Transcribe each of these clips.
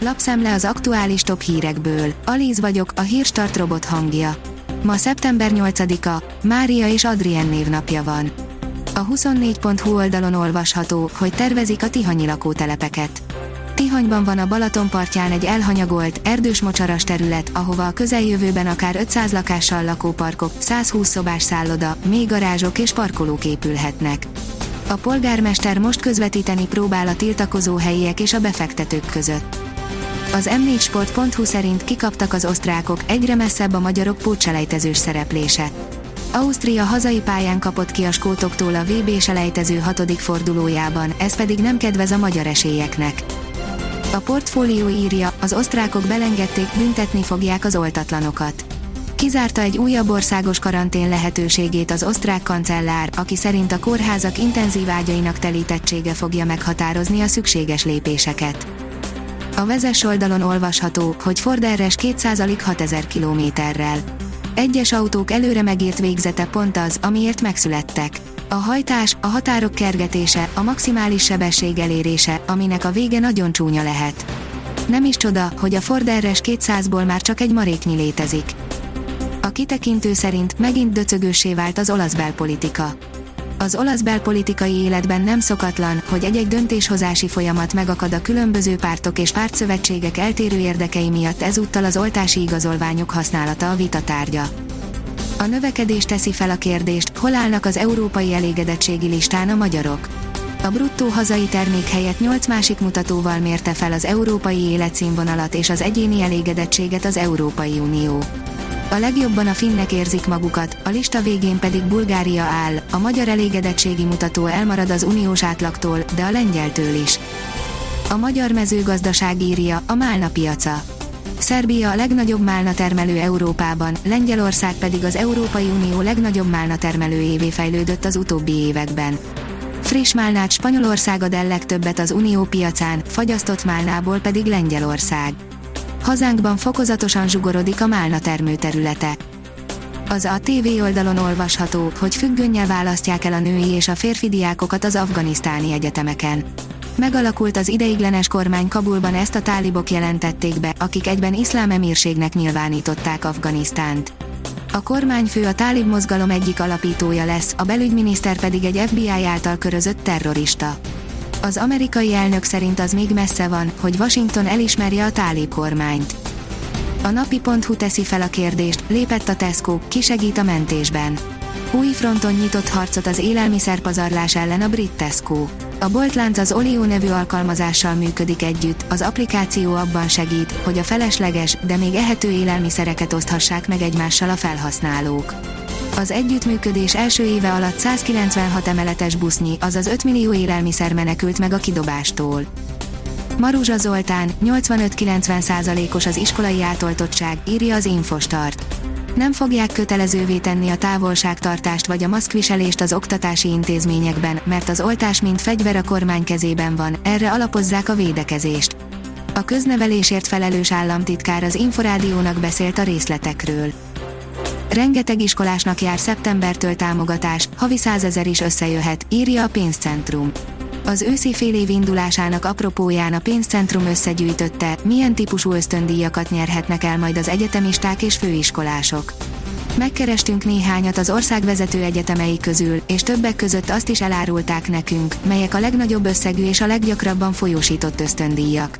Lapszemle az aktuális top hírekből. Alíz vagyok, a Hírstart robot hangja. Ma szeptember 8-a, Mária és Adrien névnapja van. A 24.hu oldalon olvasható, hogy tervezik a tihanyi lakótelepeket. Tihanyban van a Balaton partján egy elhanyagolt, erdős mocsaras terület, ahova a közeljövőben akár 500 lakással lakóparkok, 120 szobás szálloda, mély garázsok és parkolók épülhetnek. A polgármester most közvetíteni próbál a tiltakozó helyiek és a befektetők között. Az m4sport.hu szerint kikaptak az osztrákok, egyre messzebb a magyarok pótselejtezős szereplése. Ausztria hazai pályán kapott ki a skótoktól a VB-selejtező 6. fordulójában, ez pedig nem kedvez a magyar esélyeknek. A Portfólió írja, az osztrákok belengedték, büntetni fogják az oltatlanokat. Kizárta egy újabb országos karantén lehetőségét az osztrák kancellár, aki szerint a kórházak intenzív ágyainak telítettsége fogja meghatározni a szükséges lépéseket. A Vezess oldalon olvasható, hogy Ford RS 200 6000 kilométerrel. Egyes autók előre megírt végzete pont az, amiért megszülettek. A hajtás, a határok kergetése, a maximális sebesség elérése, aminek a vége nagyon csúnya lehet. Nem is csoda, hogy a Ford RS 200-ból már csak egy maréknyi létezik. A kitekintő szerint megint döcögőssé vált az olasz belpolitika. Az olasz belpolitikai életben nem szokatlan, hogy egy-egy döntéshozási folyamat megakad a különböző pártok és pártszövetségek eltérő érdekei miatt, ezúttal az oltási igazolványok használata a vita tárgya. A növekedés teszi fel a kérdést, hol állnak az európai elégedettségi listán a magyarok. A bruttó hazai termék helyett 8 másik mutatóval mérte fel az európai életszínvonalat és az egyéni elégedettséget az Európai Unió. A legjobban a finnek érzik magukat, a lista végén pedig Bulgária áll, a magyar elégedettségi mutató elmarad az uniós átlagtól, de a lengyeltől is. A magyar mezőgazdaság írja, a málna piaca. Szerbia a legnagyobb málna termelő Európában, Lengyelország pedig az Európai Unió legnagyobb málna termelőjévé fejlődött az utóbbi években. Friss málnát Spanyolország ad el legtöbbet az unió piacán, fagyasztott málnából pedig Lengyelország. Hazánkban fokozatosan zsugorodik a málna termőterülete. Az ATV oldalon olvasható, hogy függönnyel választják el a női és a férfi diákokat az afganisztáni egyetemeken. Megalakult az ideiglenes kormány Kabulban, ezt a tálibok jelentették be, akik egyben iszlám emírségnek nyilvánították Afganisztánt. A kormányfő a tálib mozgalom egyik alapítója lesz, a belügyminiszter pedig egy FBI által körözött terrorista. Az amerikai elnök szerint az még messze van, hogy Washington elismerje a tálib kormányt. A napi.hu teszi fel a kérdést, lépett a Tesco, ki segít a mentésben. Új fronton nyitott harcot az élelmiszerpazarlás ellen a brit Tesco. A boltlánc az Olio nevű alkalmazással működik együtt, az applikáció abban segít, hogy a felesleges, de még ehető élelmiszereket oszthassák meg egymással a felhasználók. Az együttműködés első éve alatt 196 emeletes busznyi, azaz 5 millió élelmiszer menekült meg a kidobástól. Maruzsa Zoltán, 85-90%-os az iskolai átoltottság, írja az Infostart. Nem fogják kötelezővé tenni a távolságtartást vagy a maszkviselést az oktatási intézményekben, mert az oltás mint fegyver a kormány kezében van, erre alapozzák a védekezést. A köznevelésért felelős államtitkár az Inforádiónak beszélt a részletekről. Rengeteg iskolásnak jár szeptembertől támogatás, havi 100 000 is összejöhet, írja a Pénzcentrum. Az őszi félév indulásának apropóján a Pénzcentrum összegyűjtötte, milyen típusú ösztöndíjakat nyerhetnek el majd az egyetemisták és főiskolások. Megkerestünk néhányat az ország vezető egyetemei közül, és többek között azt is elárulták nekünk, melyek a legnagyobb összegű és a leggyakrabban folyósított ösztöndíjak.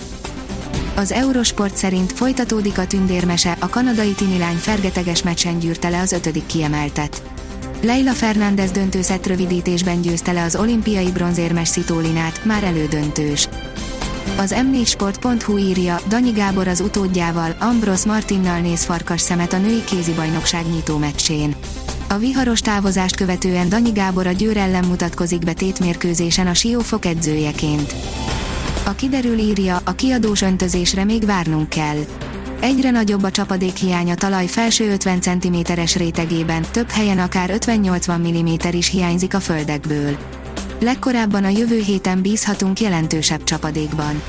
Az Eurosport szerint folytatódik a tündérmese, a kanadai tinilány fergeteges meccsen gyűrte le az 5. kiemeltet. Leila Fernández döntőszett rövidítésben győzte le az olimpiai bronzérmes Szitolinát, már elődöntős. Az m4sport.hu írja, Danyi Gábor az utódjával, Ambros Martinnal néz farkas szemet a női kézibajnokság nyitó meccsén. A viharos távozást követően Danyi Gábor a Győr ellen mutatkozik be tétmérkőzésen a Siófok edzőjeként. A Kiderül írja, a kiadós öntözésre még várnunk kell. Egyre nagyobb a csapadékhiány a talaj felső 50 cm-es rétegében, több helyen akár 50-80 mm is hiányzik a földekből. Legkorábban a jövő héten bízhatunk jelentősebb csapadékban.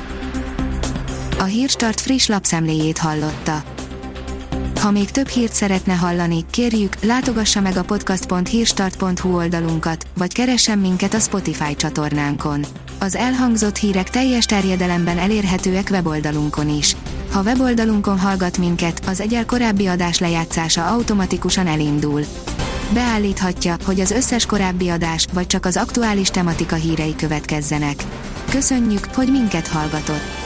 A Hírstart friss lapszemléjét hallotta. Ha még több hírt szeretne hallani, kérjük, látogassa meg a podcast.hírstart.hu oldalunkat, vagy keressen minket a Spotify csatornánkon. Az elhangzott hírek teljes terjedelemben elérhetőek weboldalunkon is. Ha weboldalunkon hallgat minket, az egyel korábbi adás lejátszása automatikusan elindul. Beállíthatja, hogy az összes korábbi adás, vagy csak az aktuális tematika hírei következzenek. Köszönjük, hogy minket hallgatott!